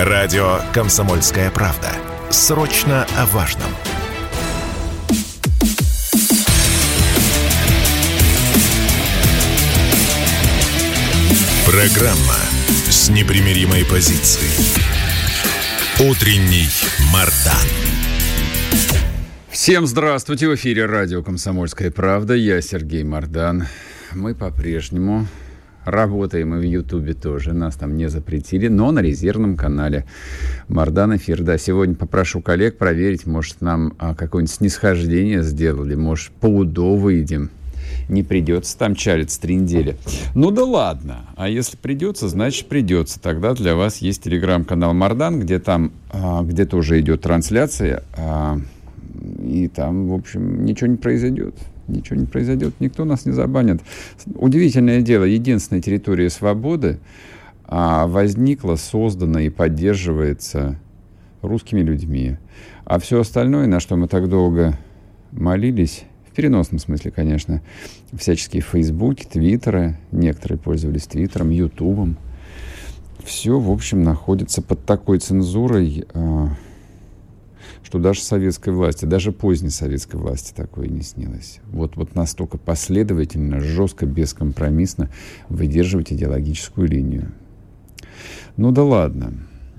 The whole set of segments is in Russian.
Радио «Комсомольская правда». Срочно о важном. Программа с непримиримой позицией. Утренний Мардан. Всем здравствуйте! В эфире радио «Комсомольская правда». Я Сергей Мардан. Мы по-прежнему работаем и в Ютубе тоже. Нас там не запретили, но на резервном канале Мардан эфир. Да, сегодня попрошу коллег проверить, может, нам какое-нибудь снисхождение сделали, может, по УДО выйдем. Не придется там чалиться 3 недели. Ну да ладно. А если придется, значит придется. Тогда для вас есть телеграм-канал Мардан, где там где-то уже идет трансляция. И там, в общем, ничего не произойдет. Ничего не произойдет, никто нас не забанит. Удивительное дело, единственная территория свободы возникла, создана и поддерживается русскими людьми. А все остальное, на что мы так долго молились, в переносном смысле, конечно, всяческие фейсбуки, твиттеры, некоторые пользовались твиттером, ютубом, все, в общем, находится под такой цензурой, что даже советской власти, даже поздней советской власти такое не снилось. Вот настолько последовательно, жестко, бескомпромиссно выдерживать идеологическую линию. Ну да ладно.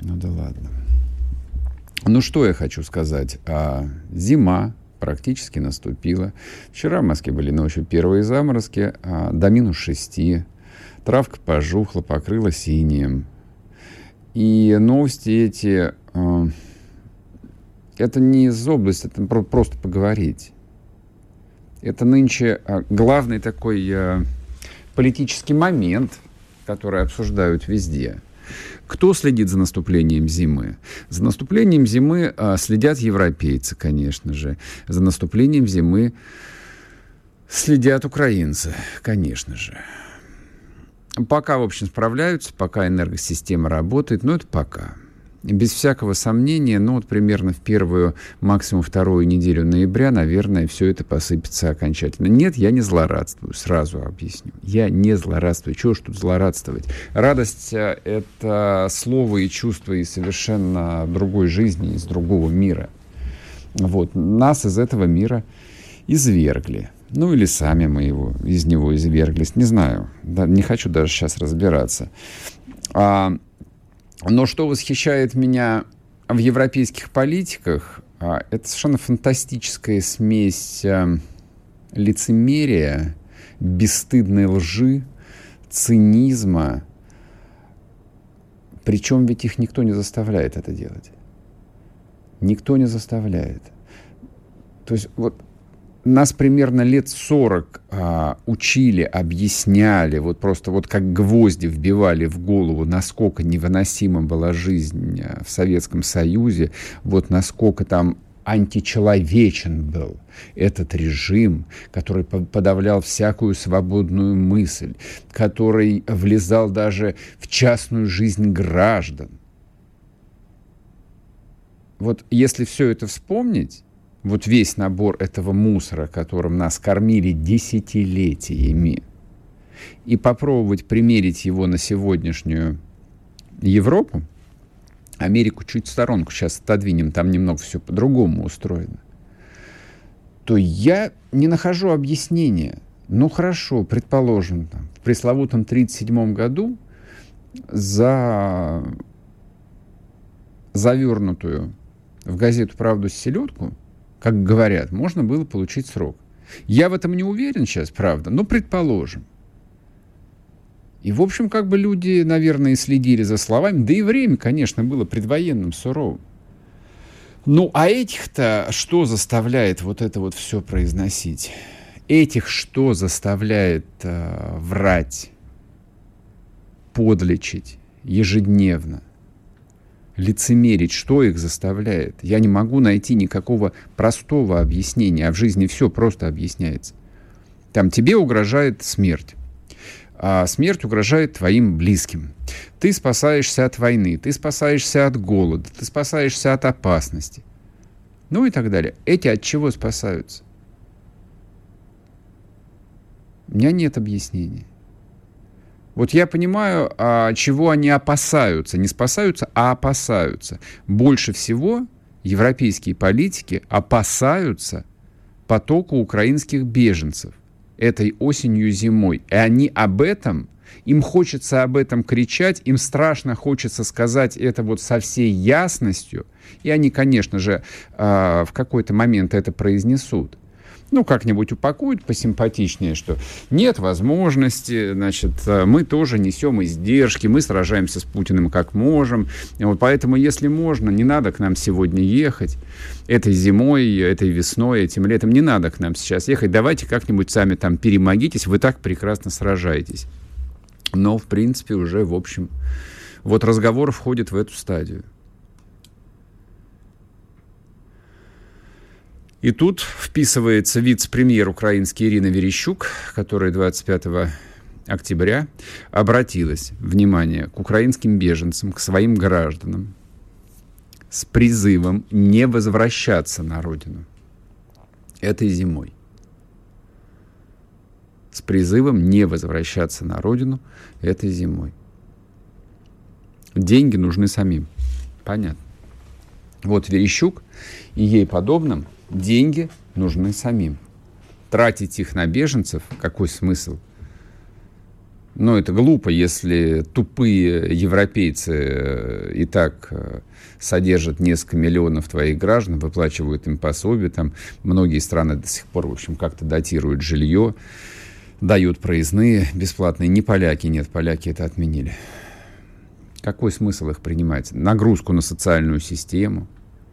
Ну что я хочу сказать. Зима практически наступила. Вчера в Москве были ночью первые заморозки, до -6. Травка пожухла, покрылась инеем. И новости эти... Это не из области, это просто поговорить. Это нынче главный такой политический момент, который обсуждают везде. Кто следит за наступлением зимы? За наступлением зимы следят европейцы, конечно же. За наступлением зимы следят украинцы, конечно же. Пока, в общем, справляются, пока энергосистема работает, но это пока. Без всякого сомнения, примерно в первую, максимум вторую неделю ноября, наверное, все это посыпется окончательно. Нет, я не злорадствую, сразу объясню. Я не злорадствую. Чего ж тут злорадствовать? Радость — это слово и чувство из совершенно другой жизни, из другого мира. Нас из этого мира извергли. Или сами мы из него изверглись. Не знаю. Не хочу даже сейчас разбираться. Но что восхищает меня в европейских политиках, это совершенно фантастическая смесь лицемерия, бесстыдной лжи, цинизма. Причем ведь их никто не заставляет это делать. Никто не заставляет. То есть нас примерно лет 40 учили, объясняли, просто как гвозди вбивали в голову, насколько невыносима была жизнь в Советском Союзе, насколько там античеловечен был этот режим, который подавлял всякую свободную мысль, который влезал даже в частную жизнь граждан. Если все это вспомнить, весь набор этого мусора, которым нас кормили десятилетиями, и попробовать примерить его на сегодняшнюю Европу, Америку чуть в сторонку сейчас отодвинем, там немного все по-другому устроено, то я не нахожу объяснения. Хорошо, предположим, в пресловутом 1937 году за завернутую в газету «Правду с селедку», как говорят, можно было получить срок. Я в этом не уверен сейчас, правда, но предположим. И, в общем, люди, наверное, следили за словами. Да и время, конечно, было предвоенным, суровым. А этих-то что заставляет это все произносить? Этих что заставляет врать, подлечить ежедневно? Лицемерить, что их заставляет? Я не могу найти никакого простого объяснения, а в жизни все просто объясняется. Там тебе угрожает смерть, а смерть угрожает твоим близким. Ты спасаешься от войны, ты спасаешься от голода, ты спасаешься от опасности. И так далее. Эти от чего спасаются? У меня нет объяснений. Вот я понимаю, чего они опасаются. Не спасаются, а опасаются. Больше всего европейские политики опасаются потока украинских беженцев этой осенью, зимой. И они об этом, им хочется об этом кричать, им страшно хочется сказать это вот со всей ясностью. И они, конечно же, в какой-то момент это произнесут. Ну, как-нибудь упакуют посимпатичнее, что нет возможности, значит, мы тоже несем издержки, мы сражаемся с Путиным как можем. Вот поэтому, если можно, не надо к нам сегодня ехать. Этой зимой, этой весной, этим летом не надо к нам сейчас ехать. Давайте как-нибудь сами там перемогитесь, вы так прекрасно сражаетесь. Но, в принципе, уже, в общем, вот разговор входит в эту стадию. И тут вписывается вице-премьер украинский Ирина Верещук, которая 25 октября обратилась, внимание, к украинским беженцам, к своим гражданам с призывом не возвращаться на родину этой зимой. С призывом не возвращаться на родину этой зимой. Деньги нужны самим. Понятно. Вот Верещук и ей подобным деньги нужны самим. Тратить их на беженцев, какой смысл? Ну, это глупо, если тупые европейцы и так содержат несколько миллионов твоих граждан, выплачивают им пособие, там многие страны до сих пор, в общем, как-то датируют жилье, дают проездные бесплатные. Не поляки, нет, поляки это отменили. Какой смысл их принимать? Нагрузку на социальную систему.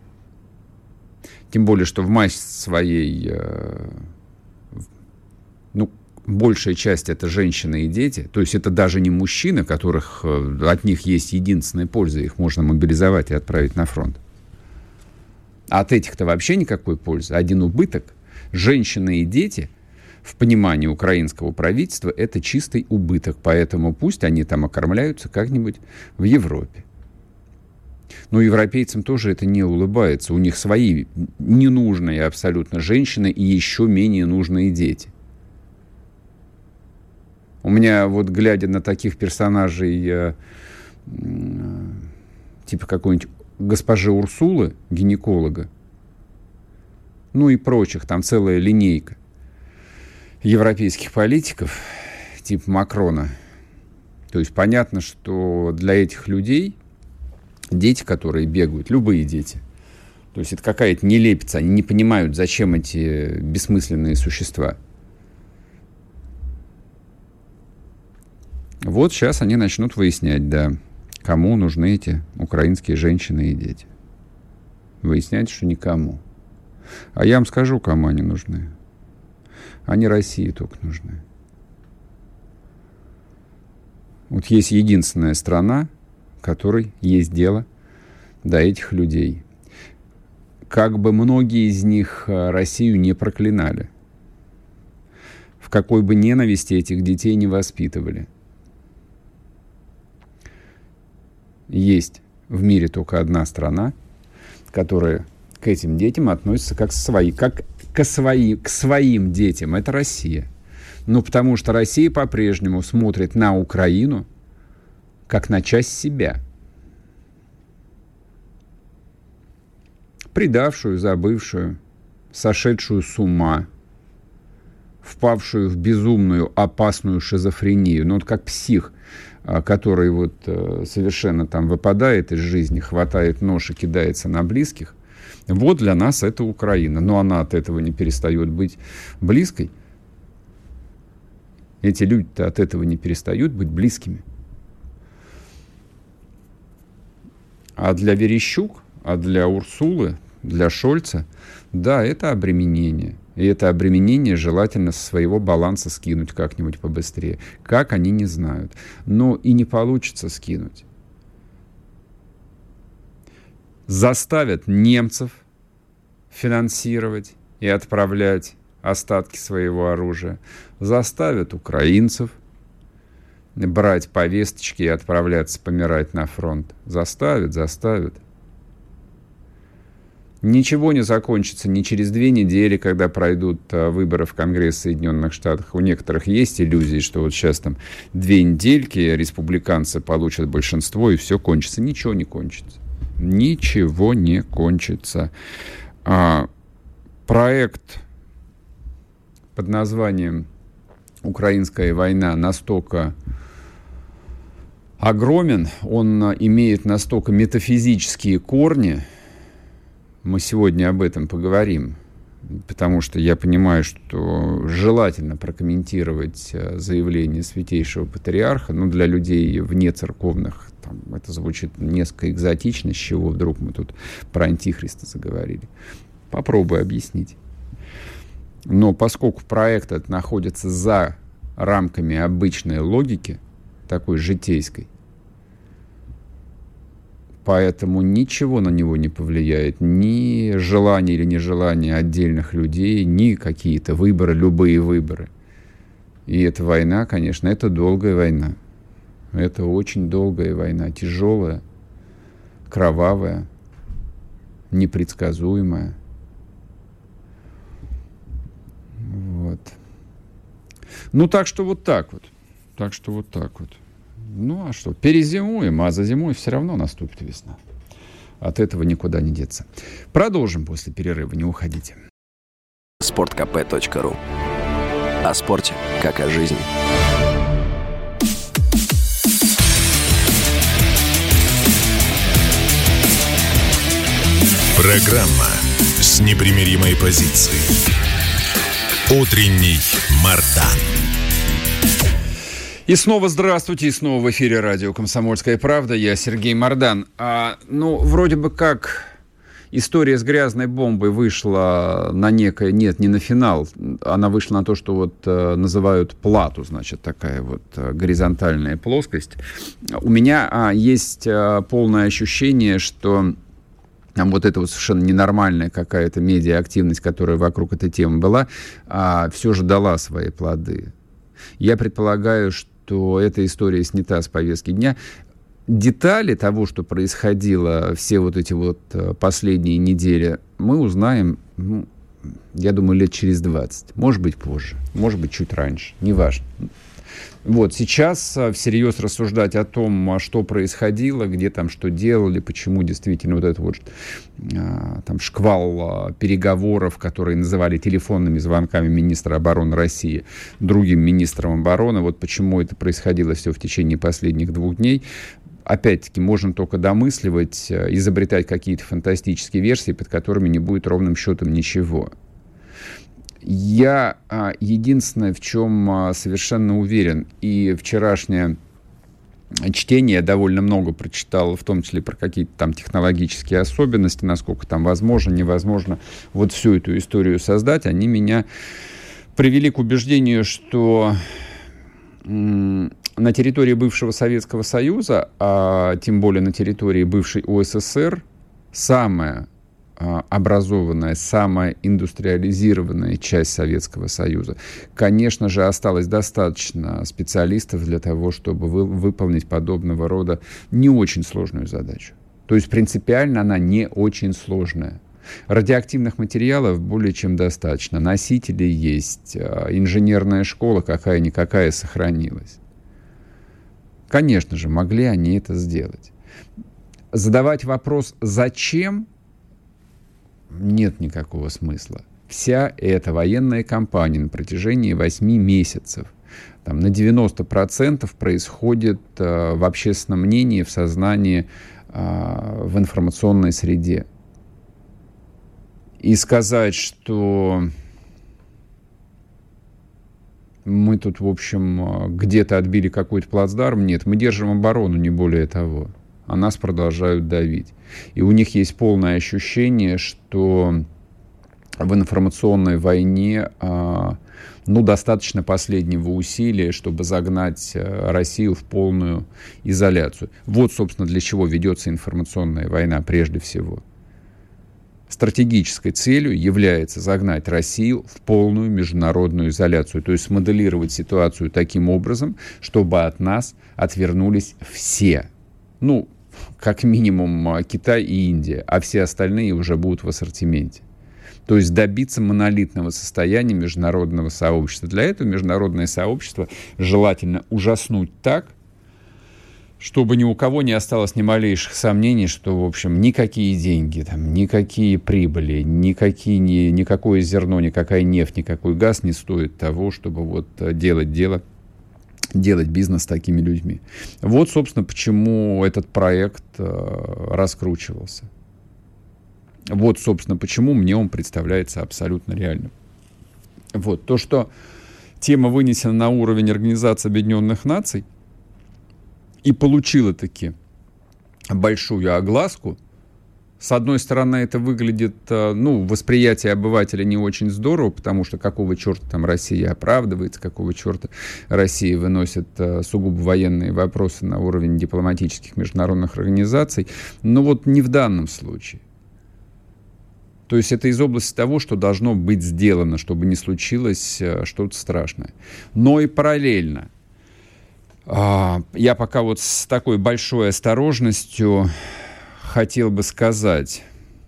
Тем более, что в массе своей, большая часть это женщины и дети. То есть это даже не мужчины, которых от них есть единственная польза. Их можно мобилизовать и отправить на фронт. А от этих-то вообще никакой пользы. Один убыток. Женщины и дети, в понимании украинского правительства, это чистый убыток. Поэтому пусть они там окормляются как-нибудь в Европе. Но европейцам тоже это не улыбается. У них свои ненужные абсолютно женщины и еще менее нужные дети. У меня вот, глядя на таких персонажей, типа какой-нибудь госпожи Урсулы, гинеколога, ну и прочих, там целая линейка европейских политиков, типа Макрона. То есть понятно, что для этих людей дети, которые бегают, любые дети, то есть это какая-то нелепица, они не понимают, зачем эти бессмысленные существа. Вот сейчас они начнут выяснять, да, кому нужны эти украинские женщины и дети. Выяснять, что никому. А я вам скажу, кому они нужны. Они России только нужны. Вот есть единственная страна, в которой есть дело до этих людей. Как бы многие из них Россию не проклинали, в какой бы ненависти этих детей не воспитывали, есть в мире только одна страна, которая к этим детям относится как к своим детям. Это Россия. Ну, потому что Россия по-прежнему смотрит на Украину как на часть себя. Предавшую, забывшую, сошедшую с ума, впавшую в безумную, опасную шизофрению. Ну, вот как псих, который вот совершенно там выпадает из жизни, хватает нож и кидается на близких. Вот для нас это Украина. Но она от этого не перестает быть близкой. Эти люди-то от этого не перестают быть близкими. А для Верещук, а для Урсулы, для Шольца, да, это обременение. И это обременение желательно со своего баланса скинуть как-нибудь побыстрее. Как, они не знают. Но и не получится скинуть. Заставят немцев финансировать и отправлять остатки своего оружия. Заставят украинцев брать повесточки и отправляться помирать на фронт. Заставят. Ничего не закончится ни через 2 недели, когда пройдут выборы в Конгресс Соединенных Штатов. У некоторых есть иллюзии, что вот сейчас там 2 недельки республиканцы получат большинство, и все кончится. Ничего не кончится. Ничего не кончится. Проект под названием «Украинская война» настолько огромен, он имеет настолько метафизические корни. Мы сегодня об этом поговорим, потому что я понимаю, что желательно прокомментировать заявление Святейшего Патриарха, но для людей вне церковных это звучит несколько экзотично, с чего вдруг мы тут про Антихриста заговорили. Попробую объяснить. Но поскольку проект этот находится за рамками обычной логики, такой житейской, поэтому ничего на него не повлияет, ни желание или нежелание отдельных людей, ни какие-то выборы, любые выборы. И эта война, конечно, это долгая война. Это очень долгая война, тяжелая, кровавая, непредсказуемая. Вот. Ну, так что вот так вот. Ну, а что, перезимуем, а за зимой все равно наступит весна. От этого никуда не деться. Продолжим после перерыва, не уходите. sportkp.ru. О спорте, как о жизни. Программа с непримиримой позицией. Утренний Мардан. И снова здравствуйте, и снова в эфире радио «Комсомольская правда». Я Сергей Мардан. Вроде бы как история с грязной бомбой вышла на некое... Нет, не на финал. Она вышла на то, что вот называют плату, значит, такая вот горизонтальная плоскость. У меня есть полное ощущение, что... вот эта вот совершенно ненормальная какая-то медиа-активность, которая вокруг этой темы была, все же дала свои плоды. Я предполагаю, что эта история снята с повестки дня. Детали того, что происходило все вот эти вот последние недели, мы узнаем, я думаю, лет через 20. Может быть, позже, может быть, чуть раньше, неважно. Вот, сейчас всерьез рассуждать о том, что происходило, где там что делали, почему действительно вот этот вот там шквал переговоров, которые называли телефонными звонками министра обороны России другим министром обороны, вот почему это происходило все в течение последних 2 дней. Опять-таки, можно только домысливать, изобретать какие-то фантастические версии, под которыми не будет ровным счетом ничего. Я единственное, в чем совершенно уверен, и вчерашнее чтение я довольно много прочитал, в том числе про какие-то там технологические особенности, насколько там возможно, невозможно вот всю эту историю создать, они меня привели к убеждению, что на территории бывшего Советского Союза, а тем более на территории бывшей УССР, самая образованная, самая индустриализированная часть Советского Союза. Конечно же, осталось достаточно специалистов для того, чтобы выполнить подобного рода не очень сложную задачу. То есть принципиально она не очень сложная. Радиоактивных материалов более чем достаточно. Носители есть, инженерная школа какая-никакая сохранилась. Конечно же, могли они это сделать. Задавать вопрос «зачем?» нет никакого смысла. Вся эта военная кампания на протяжении 8 месяцев там, на 90% происходит в общественном мнении, в сознании, в информационной среде. И сказать, что мы тут, в общем, где-то отбили какой-то плацдарм, нет, мы держим оборону, не более того. А нас продолжают давить. И у них есть полное ощущение, что в информационной войне достаточно последнего усилия, чтобы загнать Россию в полную изоляцию. Вот, собственно, для чего ведется информационная война прежде всего. Стратегической целью является загнать Россию в полную международную изоляцию, то есть смоделировать ситуацию таким образом, чтобы от нас отвернулись все. как минимум Китай и Индия, а все остальные уже будут в ассортименте. То есть добиться монолитного состояния международного сообщества. Для этого международное сообщество желательно ужаснуть так, чтобы ни у кого не осталось ни малейших сомнений, что, в общем, никакие деньги, там, никакие прибыли, никакое зерно, никакая нефть, никакой газ не стоит того, чтобы вот делать бизнес с такими людьми. Вот, собственно, почему этот проект раскручивался. Вот, собственно, почему мне он представляется абсолютно реальным. Вот. То, что тема вынесена на уровень Организации Объединенных Наций и получила таки большую огласку, с одной стороны, это выглядит, восприятие обывателя не очень здорово, потому что какого черта там Россия оправдывается, какого черта Россия выносит сугубо военные вопросы на уровень дипломатических международных организаций, но вот не в данном случае. То есть это из области того, что должно быть сделано, чтобы не случилось что-то страшное. Но и параллельно я пока вот с такой большой осторожностью хотел бы сказать,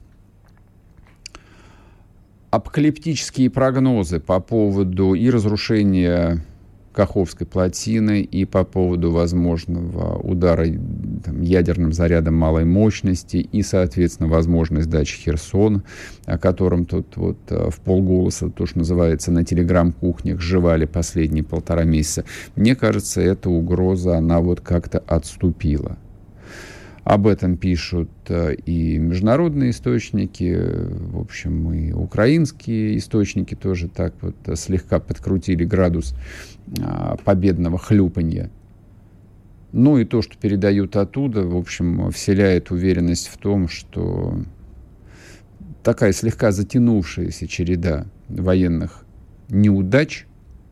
апокалиптические прогнозы по поводу и разрушения Каховской плотины, и по поводу возможного удара ядерным зарядом малой мощности, и, соответственно, возможность сдачи Херсона, о котором тут вот в полголоса, то, что называется, на телеграм-кухнях жевали последние 1,5 месяца. Мне кажется, эта угроза, она вот как-то отступила. Об этом пишут и международные источники, в общем, и украинские источники тоже так вот слегка подкрутили градус победного хлюпанья. Ну и то, что передают оттуда, в общем, вселяет уверенность в том, что такая слегка затянувшаяся череда военных неудач,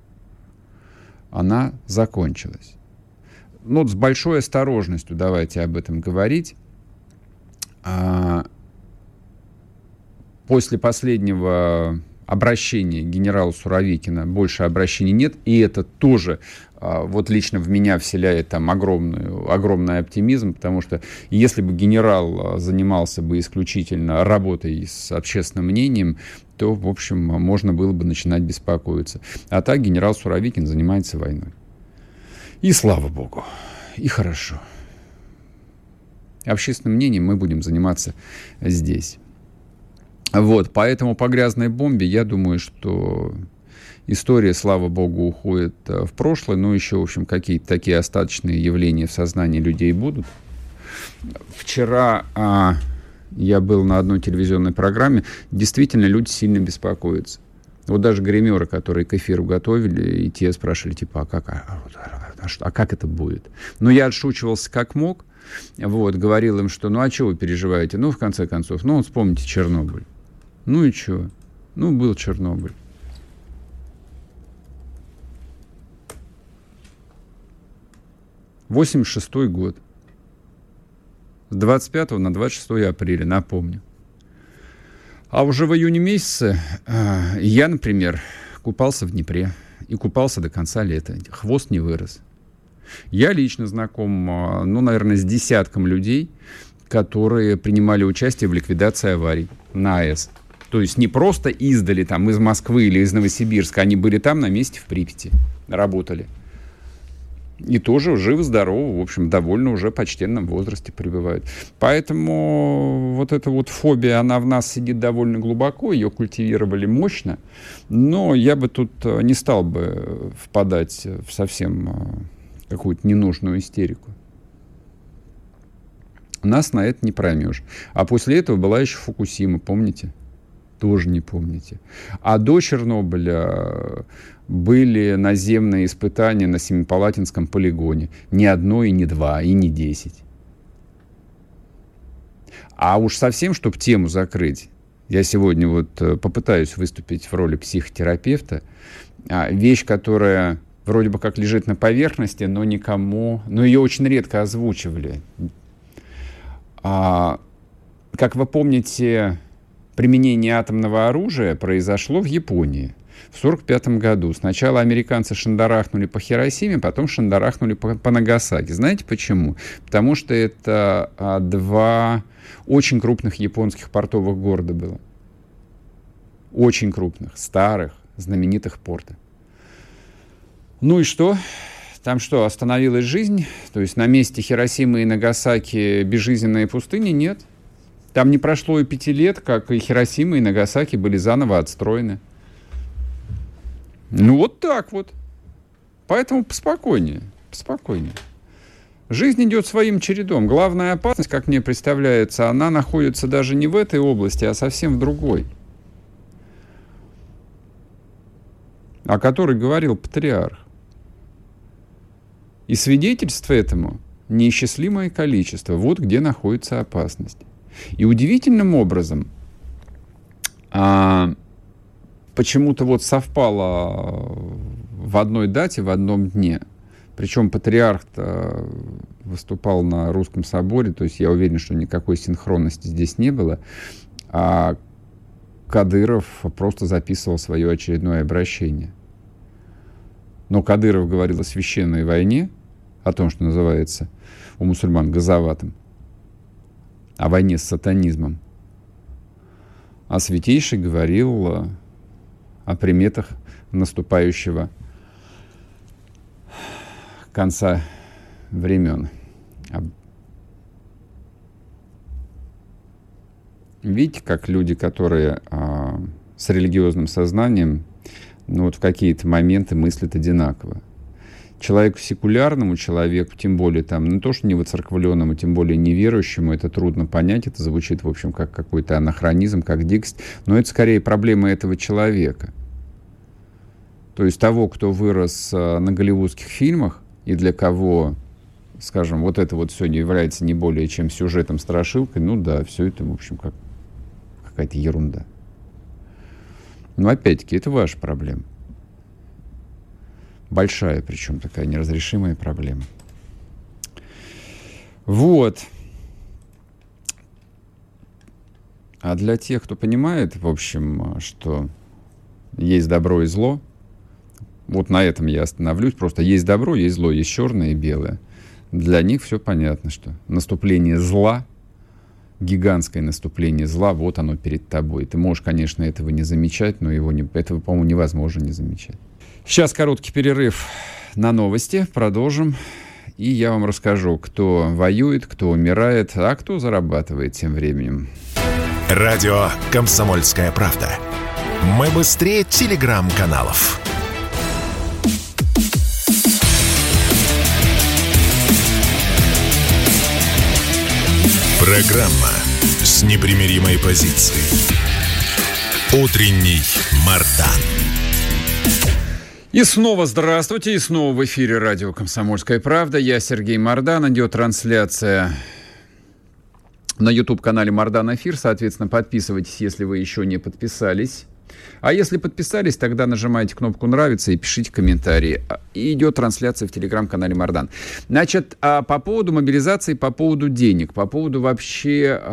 она закончилась. Ну, с большой осторожностью давайте об этом говорить. После последнего обращения генерала Суровикина больше обращений нет, и это тоже вот лично в меня вселяет там огромный оптимизм, потому что если бы генерал занимался бы исключительно работой с общественным мнением, то, в общем, можно было бы начинать беспокоиться. А так генерал Суровикин занимается войной. И слава богу, и хорошо. Общественным мнением мы будем заниматься здесь. Вот, поэтому по грязной бомбе, я думаю, что история, слава богу, уходит в прошлое, но еще, в общем, какие-то такие остаточные явления в сознании людей будут. Вчера я был на одной телевизионной программе, действительно люди сильно беспокоятся. Вот даже гримеры, которые к эфиру готовили, и те спрашивали, типа, а как это будет? Но я отшучивался как мог, вот, говорил им, что, а что вы переживаете? В конце концов, вспомните Чернобыль. Ну и что? Был Чернобыль. '86 год. С 25 на 26 апреля, напомню. А уже в июне месяце я, например, купался в Днепре. И купался до конца лета. Хвост не вырос. Я лично знаком, наверное, с десятком людей, которые принимали участие в ликвидации аварий на АЭС. То есть не просто издали там из Москвы или из Новосибирска, они были там на месте в Припяти, работали. И тоже живы-здоровы, в общем, довольно уже почтенном возрасте пребывают. Поэтому вот эта вот фобия, она в нас сидит довольно глубоко, ее культивировали мощно, но я бы тут не стал бы впадать в совсем какую-то ненужную истерику. Нас на это не проймешь. А после этого была еще Фукусима, помните? Тоже не помните. А до Чернобыля были наземные испытания на Семипалатинском полигоне. Ни одно, и не два, и не 10. А уж совсем, чтобы тему закрыть, я сегодня вот попытаюсь выступить в роли психотерапевта. Вещь, которая вроде бы как лежит на поверхности, но ее очень редко озвучивали. Как вы помните, применение атомного оружия произошло в Японии. в 1945 году. Сначала американцы шандарахнули по Хиросиме, потом шандарахнули по Нагасаки. Знаете почему? Потому что это два очень крупных японских портовых города было. Очень крупных, старых, знаменитых порта. Ну и что? Там что, остановилась жизнь? То есть на месте Хиросимы и Нагасаки безжизненные пустыни? Нет. Там не прошло и 5 лет, как и Хиросима, и Нагасаки были заново отстроены. Ну, вот так вот. Поэтому поспокойнее. Жизнь идет своим чередом. Главная опасность, как мне представляется, она находится даже не в этой области, а совсем в другой. О которой говорил патриарх. И свидетельств этому неисчислимое количество. Вот где находится опасность. И удивительным образом почему-то вот совпало в одной дате, в одном дне. Причем патриарх выступал на Русском соборе, то есть я уверен, что никакой синхронности здесь не было, а Кадыров просто записывал свое очередное обращение. Но Кадыров говорил о священной войне, о том, что называется у мусульман газоватым, о войне с сатанизмом. А Святейший говорил о приметах наступающего конца времен. Видите, как люди, которые с религиозным сознанием, ну вот в какие-то моменты мыслят одинаково. Человеку секулярному, человеку, тем более там, не то что не воцерквленному, тем более неверующему, это трудно понять, это звучит, в общем, как какой-то анахронизм, как дикость, но это скорее проблема этого человека. То есть того, кто вырос на голливудских фильмах, и для кого, скажем, вот это вот все не является не более чем сюжетом, страшилкой, ну да, все это, в общем, как какая-то ерунда. Но опять-таки, это ваша проблема. Большая, причем такая неразрешимая проблема. Вот. А для тех, кто понимает, в общем, что есть добро и зло, вот на этом я остановлюсь. Просто есть добро, есть зло, есть черное и белое. Для них все понятно, что наступление зла, гигантское наступление зла, вот оно перед тобой. Ты можешь, конечно, этого не замечать, но этого, по-моему, невозможно не замечать. Сейчас короткий перерыв на новости. Продолжим. И я вам расскажу, кто воюет, кто умирает, а кто зарабатывает тем временем. Радио «Комсомольская правда». Мы быстрее телеграм-каналов. Программа с непримиримой позицией. Утренний Мардан. И снова здравствуйте, и снова в эфире радио «Комсомольская правда». Я Сергей Мардан, идет трансляция на YouTube-канале «Мардан Эфир». Соответственно, подписывайтесь, если вы еще не подписались. А если подписались, тогда нажимайте кнопку «Нравится» и пишите комментарии. И идет трансляция в телеграм-канале «Мардан». Значит, по поводу мобилизации, по поводу денег, по поводу вообще...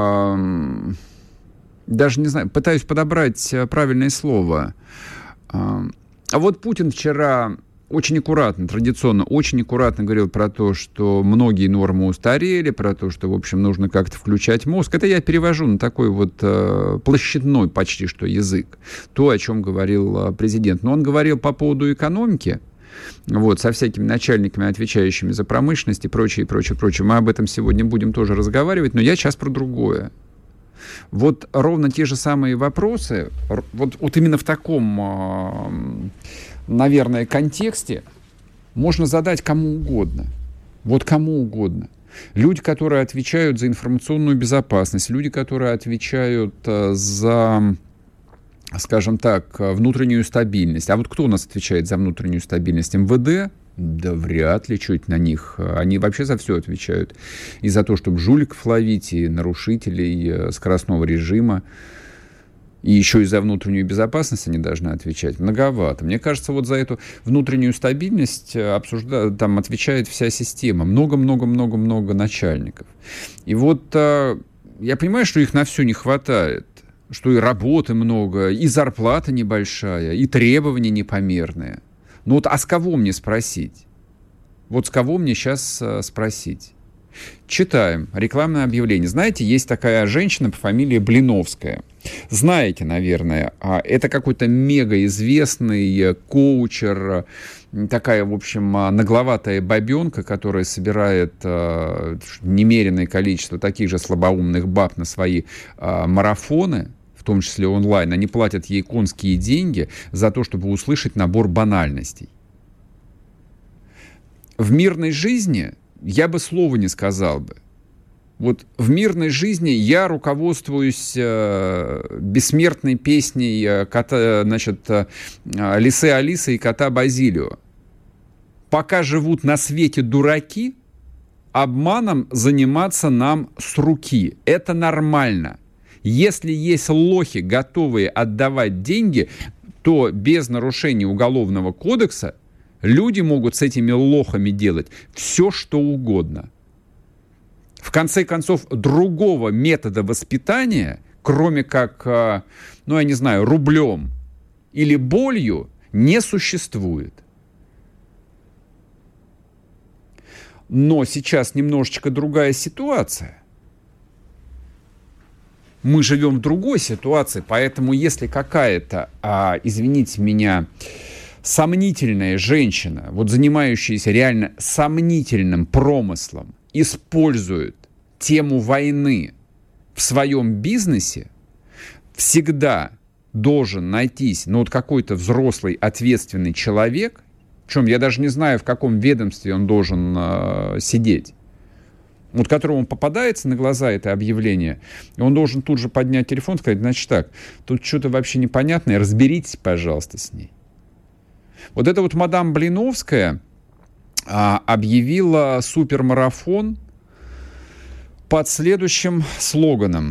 даже не знаю, пытаюсь подобрать правильное слово. А вот Путин вчера очень аккуратно, традиционно, очень аккуратно говорил про то, что многие нормы устарели, про то, что, в общем, нужно как-то включать мозг. Это я перевожу на такой вот площадной почти что язык. То, о чем говорил президент. Но он говорил по поводу экономики, вот, со всякими начальниками, отвечающими за промышленность и прочее, прочее, прочее. Мы об этом сегодня будем тоже разговаривать, но я сейчас про другое. Вот ровно те же самые вопросы, вот именно в таком, наверное, контексте можно задать кому угодно. Вот кому угодно. Люди, которые отвечают за информационную безопасность, люди, которые отвечают за, скажем так, внутреннюю стабильность. А вот кто у нас отвечает за внутреннюю стабильность? МВД? Да вряд ли, чуть на них. Они вообще за все отвечают. И за то, чтобы жуликов ловить, и нарушителей скоростного режима. И еще и за внутреннюю безопасность они должны отвечать. Многовато. Мне кажется, вот за эту внутреннюю стабильность там отвечает вся система. Много-много-много-много начальников. И вот я понимаю, что их на все не хватает. что и работы много, и зарплата небольшая, и требования непомерные. Ну вот, а с кого мне спросить? Вот с кого мне сейчас спросить? Читаем рекламное объявление. Знаете, есть такая женщина по фамилии Блиновская. Знаете, наверное, это какой-то мегаизвестный коучер, такая, в общем, нагловатая бабенка, которая собирает немеренное количество таких же слабоумных баб на свои марафоны, в том числе онлайн. Они платят ей конские деньги за то, чтобы услышать набор банальностей. В мирной жизни я бы слова не сказал бы. Вот в мирной жизни я руководствуюсь бессмертной песней Лисы Алисы и кота Базилио. Пока живут на свете дураки, обманом заниматься нам с руки. Это нормально. Если есть лохи, готовые отдавать деньги, то без нарушения Уголовного кодекса люди могут с этими лохами делать все, что угодно. В конце концов, другого метода воспитания, кроме как, ну, я не знаю, рублем или болью, не существует. Но сейчас немножечко другая ситуация. Мы живем в другой ситуации, поэтому если какая-то, извините меня, сомнительная женщина, вот занимающаяся реально сомнительным промыслом, использует тему войны в своем бизнесе, всегда должен найтись, ну, вот какой-то взрослый, ответственный человек, причем я даже не знаю, в каком ведомстве он должен сидеть, вот которому попадается на глаза это объявление, и он должен тут же поднять телефон и сказать: значит так, тут что-то вообще непонятное, разберитесь, пожалуйста, с ней. Вот эта вот мадам Блиновская объявила супермарафон под следующим слоганом: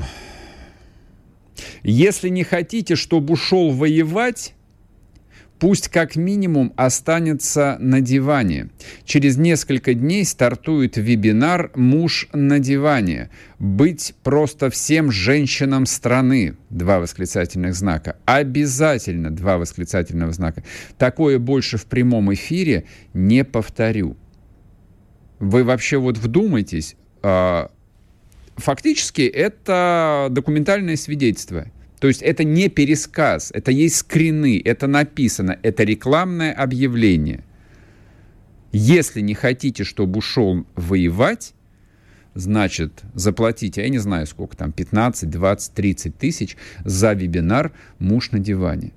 если не хотите, чтобы ушел воевать, пусть как минимум останется на диване. Через несколько дней стартует вебинар «Муж на диване». Быть просто всем женщинам страны. 2 восклицательных знака. Обязательно 2 восклицательных знака. Такое больше в прямом эфире не повторю. Вы вообще вот вдумайтесь. Фактически это документальное свидетельство. То есть это не пересказ, это есть скрины, это написано, это рекламное объявление. Если не хотите, чтобы ушел воевать, значит, заплатите, я не знаю сколько там, 15, 20, 30 тысяч за вебинар «Муж на диване».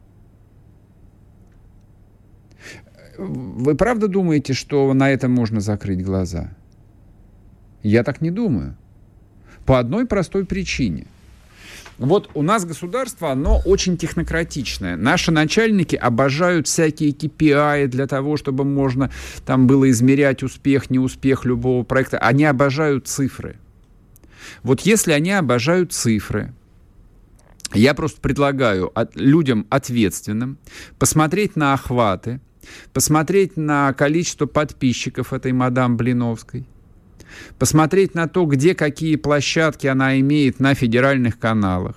Вы правда думаете, что на это можно закрыть глаза? Я так не думаю. По одной простой причине. Вот у нас государство, оно очень технократичное. Наши начальники обожают всякие KPI для того, чтобы можно там было измерять успех, неуспех любого проекта. Они обожают цифры. Вот если они обожают цифры, я просто предлагаю людям ответственным посмотреть на охваты, посмотреть на количество подписчиков этой мадам Блиновской, посмотреть на то, где какие площадки она имеет на федеральных каналах.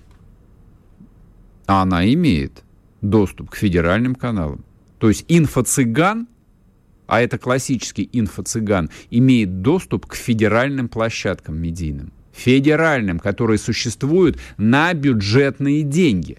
А она имеет доступ к федеральным каналам. То есть инфо-цыган, а это классический инфо-цыган, имеет доступ к федеральным площадкам медийным. Федеральным, которые существуют на бюджетные деньги.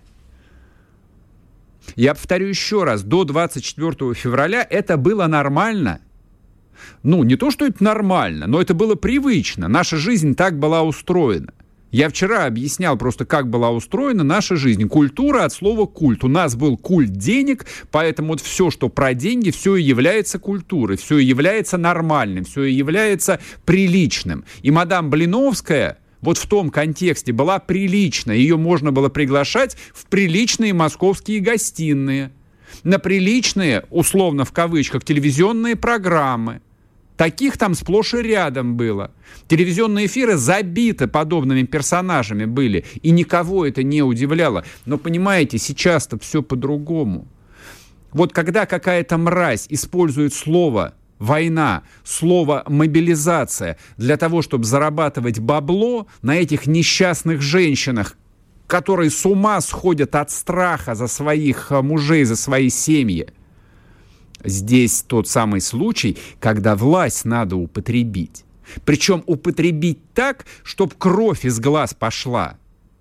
Я повторю еще раз, до 24 февраля это было нормально. Ну, не то, что это нормально, но это было привычно. Наша жизнь так была устроена. Я вчера объяснял просто, как была устроена наша жизнь. Культура от слова «культ». У нас был культ денег, поэтому вот все, что про деньги, все и является культурой, все и является нормальным, все и является приличным. И мадам Блиновская вот в том контексте была прилична. Ее можно было приглашать в приличные московские гостиные, на приличные, условно в кавычках, телевизионные программы. Таких там сплошь и рядом было. Телевизионные эфиры забиты подобными персонажами были, и никого это не удивляло. Но, понимаете, сейчас-то все по-другому. Вот когда какая-то мразь использует слово «война», слово «мобилизация» для того, чтобы зарабатывать бабло на этих несчастных женщинах, которые с ума сходят от страха за своих мужей, за свои семьи. Здесь тот самый случай, когда власть надо употребить. Причем употребить так, чтобы кровь из глаз пошла.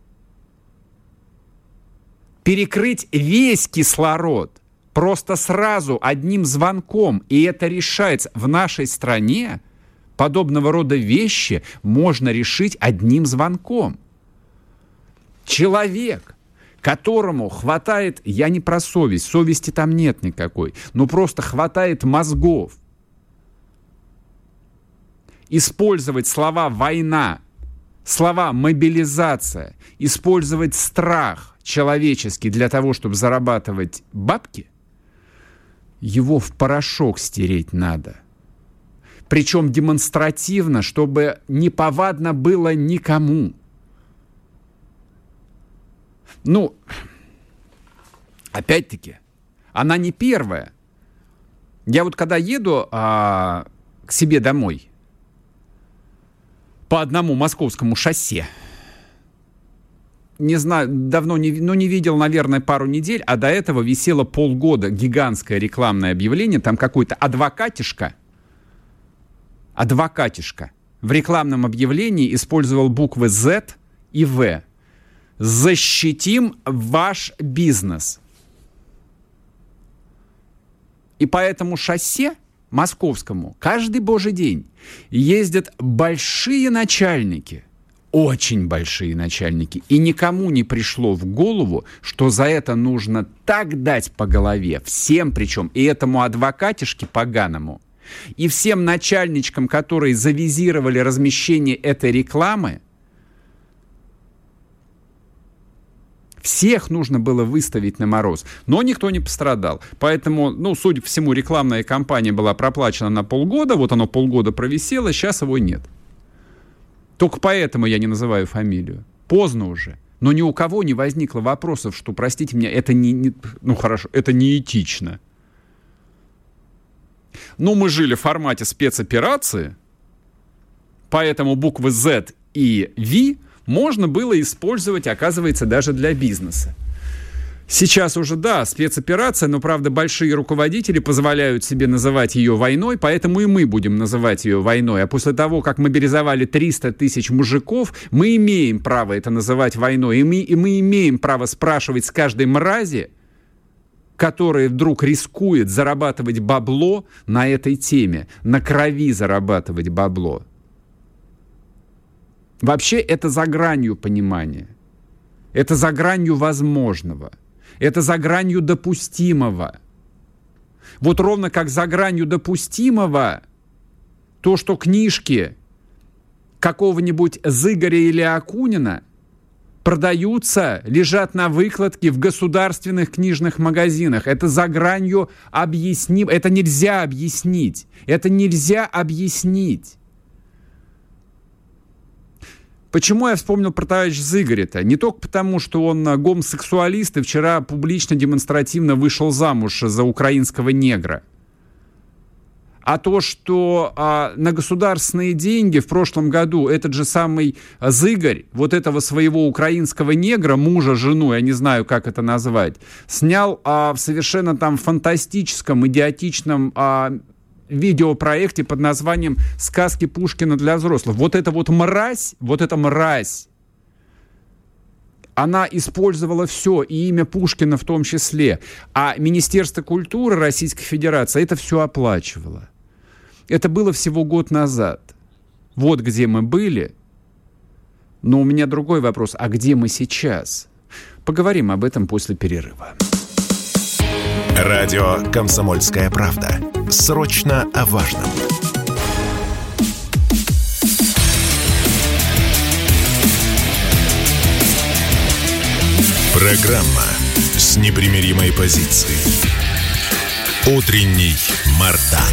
Перекрыть весь кислород просто сразу одним звонком. И это решается. В нашей стране подобного рода вещи можно решить одним звонком. Человек, которому хватает, я не про совесть, совести там нет никакой, но просто хватает мозгов использовать слова «война», слова «мобилизация», использовать страх человеческий для того, чтобы зарабатывать бабки, его в порошок стереть надо. Причем демонстративно, чтобы неповадно было никому. Ну, опять-таки, она не первая. Я вот когда еду к себе домой по одному московскому шоссе, не знаю, давно не видел, наверное, пару недель, а до этого висело полгода гигантское рекламное объявление, там какой-то адвокатишка в рекламном объявлении использовал буквы Z и V. «Защитим ваш бизнес». И по этому шоссе московскому каждый божий день ездят большие начальники, очень большие начальники, и никому не пришло в голову, что за это нужно так дать по голове, всем причем, и этому адвокатишке поганому, и всем начальничкам, которые завизировали размещение этой рекламы. Всех нужно было выставить на мороз, но никто не пострадал. Поэтому, судя по всему, рекламная кампания была проплачена на полгода, вот оно полгода провисело, сейчас его нет. Только поэтому я не называю фамилию. Поздно уже. Но ни у кого не возникло вопросов, что, простите меня, это это неэтично. Мы жили в формате спецоперации, поэтому буквы Z и V можно было использовать, оказывается, даже для бизнеса. Сейчас уже, да, спецоперация, но, правда, большие руководители позволяют себе называть ее войной, поэтому и мы будем называть ее войной. А после того, как мобилизовали 300 тысяч мужиков, мы имеем право это называть войной. И мы имеем право спрашивать с каждой мрази, которая вдруг рискует зарабатывать бабло на этой теме, на крови зарабатывать бабло. Вообще это за гранью понимания. Это за гранью возможного. Это за гранью допустимого. Вот ровно как за гранью допустимого то, что книжки какого-нибудь Зыгоря или Акунина продаются, лежат на выкладке в государственных книжных магазинах. Это за гранью объяснимо. Это нельзя объяснить. Это нельзя объяснить. Почему я вспомнил про товарища Зыгоря-то? Не только потому, что он гомосексуалист и вчера публично, демонстративно вышел замуж за украинского негра. А то, что на государственные деньги в прошлом году этот же самый Зыгорь, вот этого своего украинского негра, мужа, жену, я не знаю, как это назвать, снял в совершенно там фантастическом, идиотичном видеопроекте под названием «Сказки Пушкина для взрослых». Вот эта мразь, она использовала все, и имя Пушкина в том числе. А Министерство культуры Российской Федерации это все оплачивало. Это было всего год назад. Вот где мы были. Но у меня другой вопрос. А где мы сейчас? Поговорим об этом после перерыва. Радио «Комсомольская правда». Срочно о важном. Программа с непримиримой позицией. Утренний Мардан.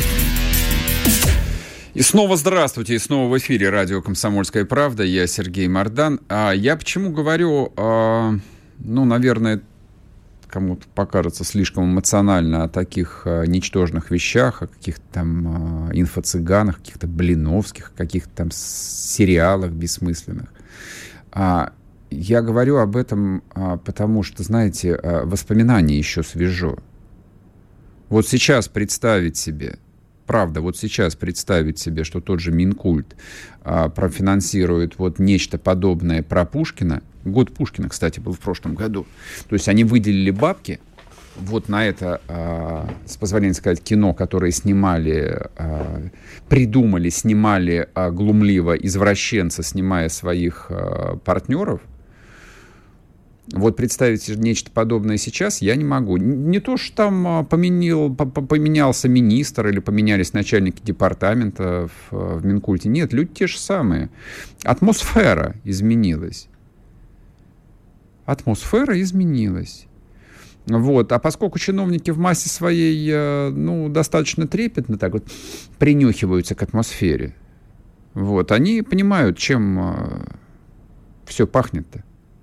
И снова здравствуйте, и снова в эфире радио «Комсомольская правда». Я Сергей Мардан. Я почему говорю, наверное, кому-то покажется слишком эмоционально о таких ничтожных вещах, о каких-то там инфо-цыганах, каких-то блиновских, каких-то там сериалах бессмысленных. Я говорю об этом, потому что, знаете, воспоминания еще свежо. Вот сейчас представить себе, правда, вот сейчас представить себе, что тот же Минкульт профинансирует вот нечто подобное про Пушкина. Год Пушкина, кстати, был в прошлом году. То есть они выделили бабки вот на это, с позволения сказать, кино, которое снимали, придумали, снимали глумливо извращенцы, снимая своих партнеров. Вот представить нечто подобное сейчас я не могу. Не то, что там поменялся министр или поменялись начальники департамента в Минкульте. Нет, люди те же самые. Атмосфера изменилась. Атмосфера изменилась. Вот. А поскольку чиновники в массе своей достаточно трепетно так вот принюхиваются к атмосфере, вот, они понимают, чем все пахнет-то.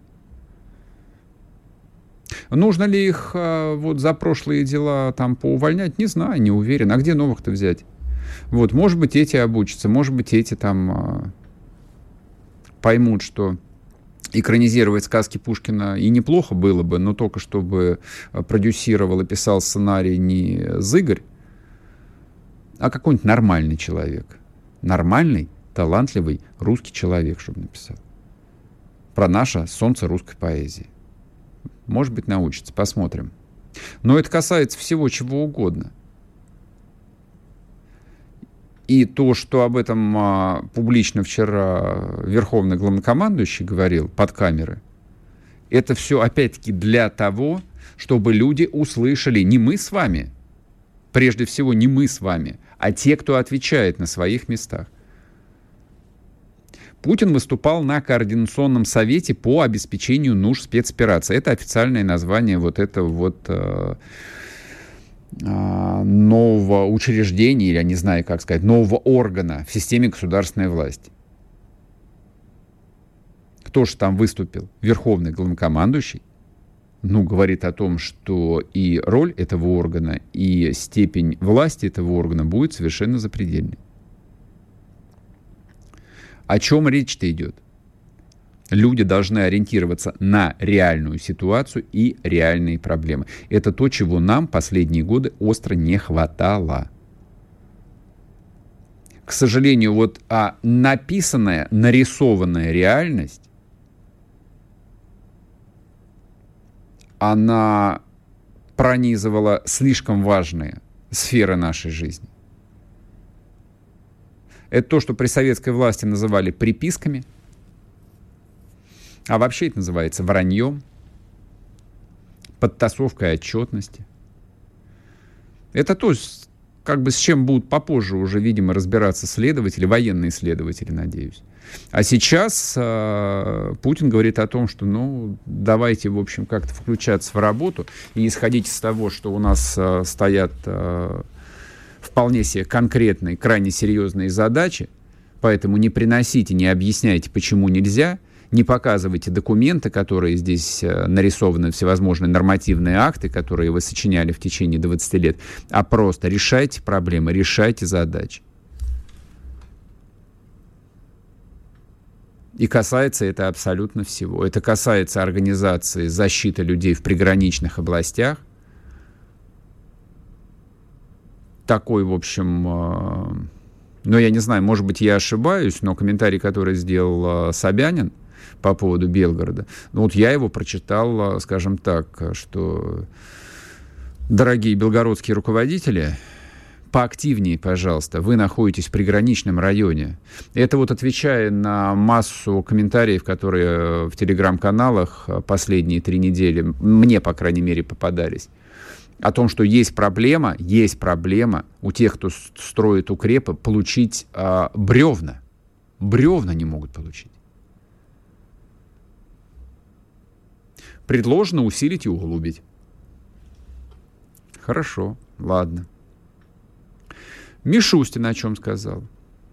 Нужно ли их вот за прошлые дела там поувольнять? Не знаю, не уверен. А где новых-то взять? Вот, может быть, эти обучатся, может быть, эти там поймут, что экранизировать сказки Пушкина и неплохо было бы, но только чтобы продюсировал и писал сценарий не Зыгорь, а какой-нибудь нормальный человек. Нормальный, талантливый русский человек, чтобы написал. Про наше солнце русской поэзии. Может быть, научится, посмотрим. Но это касается всего чего угодно. И то, что об этом публично вчера верховный главнокомандующий говорил под камеры, это все опять-таки для того, чтобы люди услышали не мы с вами, прежде всего не мы с вами, а те, кто отвечает на своих местах. Путин выступал на Координационном совете по обеспечению нужд спецоперации. Это официальное название вот этого вот нового учреждения, или я не знаю, как сказать, нового органа в системе государственной власти. Кто же там выступил? Верховный главнокомандующий. Говорит о том, что и роль этого органа, и степень власти этого органа будет совершенно запредельной. О чем речь-то идет? Люди должны ориентироваться на реальную ситуацию и реальные проблемы. Это то, чего нам последние годы остро не хватало. К сожалению, вот написанная, нарисованная реальность, она пронизывала слишком важные сферы нашей жизни. Это то, что при советской власти называли приписками, а вообще это называется враньем, подтасовкой отчетности. Это то, как бы с чем будут попозже уже, видимо, разбираться следователи, военные следователи, надеюсь. А сейчас Путин говорит о том, что, давайте, в общем, как-то включаться в работу и исходить из того, что у нас стоят вполне себе конкретные, крайне серьезные задачи, поэтому не приносите, не объясняйте, почему нельзя, не показывайте документы, которые здесь нарисованы, всевозможные нормативные акты, которые вы сочиняли в течение 20 лет, а просто решайте проблемы, решайте задачи. И касается это абсолютно всего. Это касается организации защиты людей в приграничных областях. Такой, в общем, я не знаю, может быть, я ошибаюсь, но комментарий, который сделал Собянин по поводу Белгорода, я его прочитал, скажем так, что, дорогие белгородские руководители, поактивнее, пожалуйста, вы находитесь в приграничном районе. Это вот отвечая на массу комментариев, которые в телеграм-каналах последние 3 недели, мне, по крайней мере, попадались, о том, что есть проблема у тех, кто строит укрепы, получить бревна. Бревна не могут получить. Предложено усилить и углубить. Хорошо, ладно. Мишустин о чем сказал?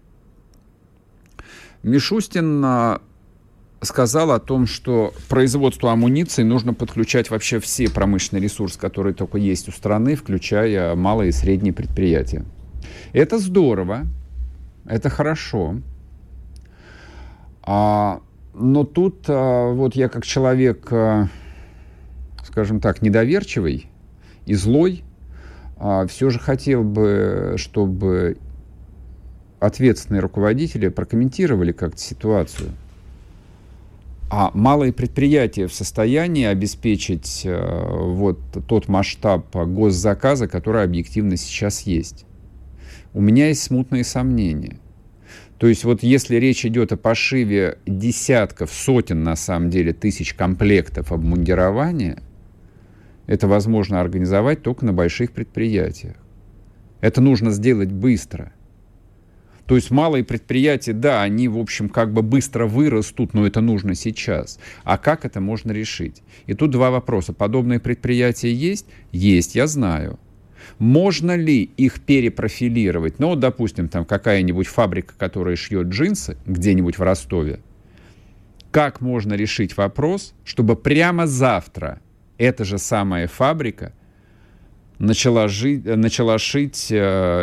Мишустин сказал о том, что производству амуниции нужно подключать вообще все промышленные ресурсы, которые только есть у страны, включая малые и средние предприятия. Это здорово, это хорошо. Но тут вот я как человек, скажем так, недоверчивый и злой, все же хотел бы, чтобы ответственные руководители прокомментировали как-то ситуацию. А малые предприятия в состоянии обеспечить вот тот масштаб госзаказа, который объективно сейчас есть? У меня есть смутные сомнения. То есть вот если речь идет о пошиве десятков, сотен, на самом деле, тысяч комплектов обмундирования, это возможно организовать только на больших предприятиях. Это нужно сделать быстро. То есть малые предприятия, да, они, в общем, как бы быстро вырастут, но это нужно сейчас. А как это можно решить? И тут два вопроса. Подобные предприятия есть? Есть, я знаю. Можно ли их перепрофилировать? Ну, допустим, там какая-нибудь фабрика, которая шьет джинсы где-нибудь в Ростове. Как можно решить вопрос, чтобы прямо завтра эта же самая фабрика начала шить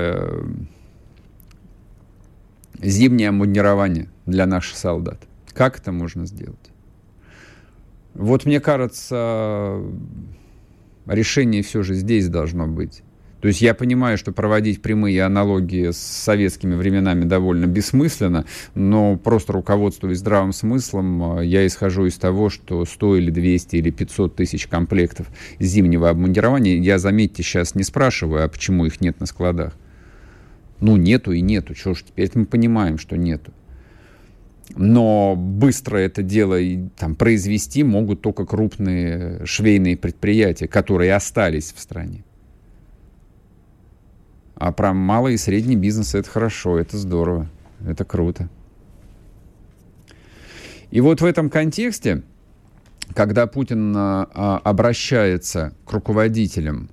зимнее обмундирование для наших солдат? Как это можно сделать? Вот мне кажется, решение все же здесь должно быть. То есть я понимаю, что проводить прямые аналогии с советскими временами довольно бессмысленно, но просто руководствуясь здравым смыслом, я исхожу из того, что 100 или 200 или 500 тысяч комплектов зимнего обмундирования, я, заметьте, сейчас не спрашиваю, а почему их нет на складах. Ну, нету и нету. Что ж, теперь мы понимаем, что нету. Но быстро это дело там произвести могут только крупные швейные предприятия, которые остались в стране. А про малый и средний бизнес это хорошо, это здорово, это круто. И вот в этом контексте, когда Путин обращается к руководителям,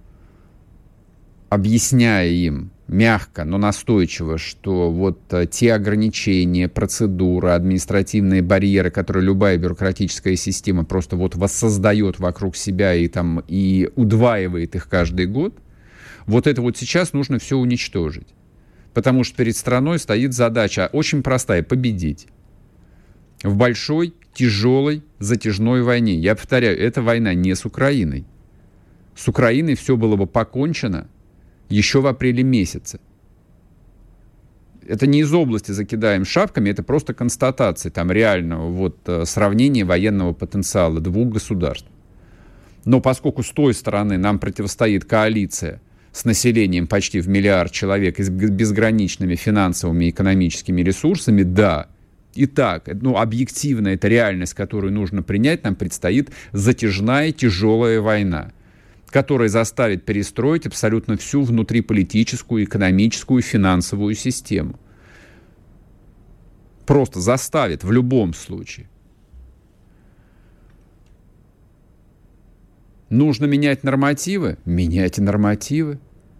объясняя им мягко, но настойчиво, что вот те ограничения, процедуры, административные барьеры, которые любая бюрократическая система просто вот воссоздает вокруг себя и удваивает их каждый год, вот это вот сейчас нужно все уничтожить. Потому что перед страной стоит задача очень простая — победить. В большой, тяжелой, затяжной войне. Я повторяю, эта война не с Украиной. С Украиной все было бы покончено еще в апреле месяце. Это не из области закидаем шапками, это просто констатация там реального вот сравнения военного потенциала двух государств. Но поскольку с той стороны нам противостоит коалиция с населением почти в 1 миллиард человек и с безграничными финансовыми и экономическими ресурсами, да. Итак, объективно это реальность, которую нужно принять, нам предстоит затяжная, тяжелая война, которая заставит перестроить абсолютно всю внутриполитическую, экономическую, финансовую систему. Просто заставит в любом случае. Нужно менять нормативы? Меняйте нормативы.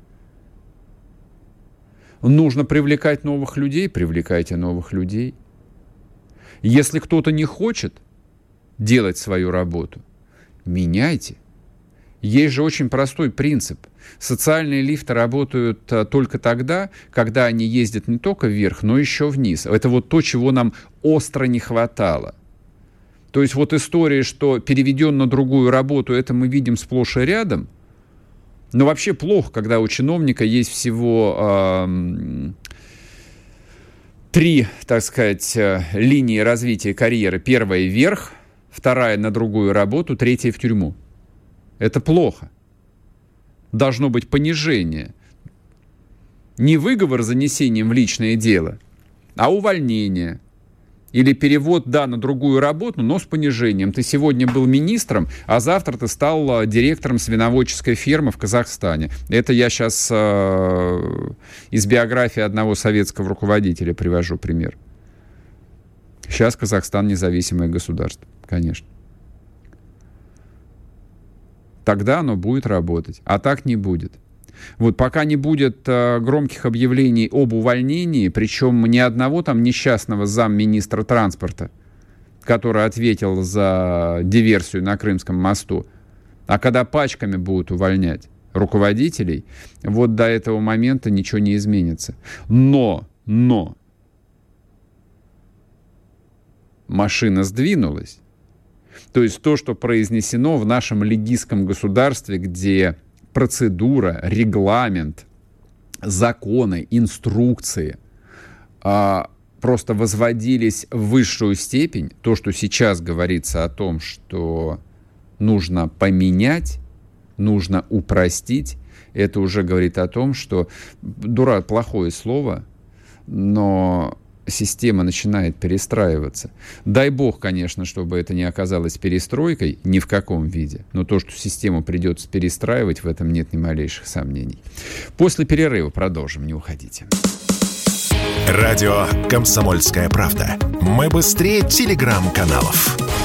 Нужно привлекать новых людей? Привлекайте новых людей. Если кто-то не хочет делать свою работу, меняйте. Есть же очень простой принцип. Социальные лифты работают только тогда, когда они ездят не только вверх, но еще вниз. Это вот то, чего нам остро не хватало. То есть вот история, что переведен на другую работу, это мы видим сплошь и рядом. Но вообще плохо, когда у чиновника есть всего 3, так сказать, линии развития карьеры. Первая вверх, вторая на другую работу, третья в тюрьму. Это плохо. Должно быть понижение. Не выговор с занесением в личное дело, а увольнение. Или перевод, да, на другую работу, но с понижением. Ты сегодня был министром, а завтра ты стал директором свиноводческой фермы в Казахстане. Это я сейчас из биографии одного советского руководителя привожу пример. Сейчас Казахстан независимое государство, конечно. Тогда оно будет работать, а так не будет. Вот пока не будет громких объявлений об увольнении, причем ни одного там несчастного замминистра транспорта, который ответил за диверсию на Крымском мосту, а когда пачками будут увольнять руководителей, вот до этого момента ничего не изменится. Но машина сдвинулась. То есть то, что произнесено в нашем легистском государстве, где процедура, регламент, законы, инструкции просто возводились в высшую степень, то, что сейчас говорится о том, что нужно поменять, нужно упростить, это уже говорит о том, что плохое слово, но система начинает перестраиваться. Дай бог, конечно, чтобы это не оказалось перестройкой ни в каком виде, но то, что систему придется перестраивать, в этом нет ни малейших сомнений. После перерыва продолжим, не уходите. Радио «Комсомольская правда». Мы быстрее телеграм-каналов.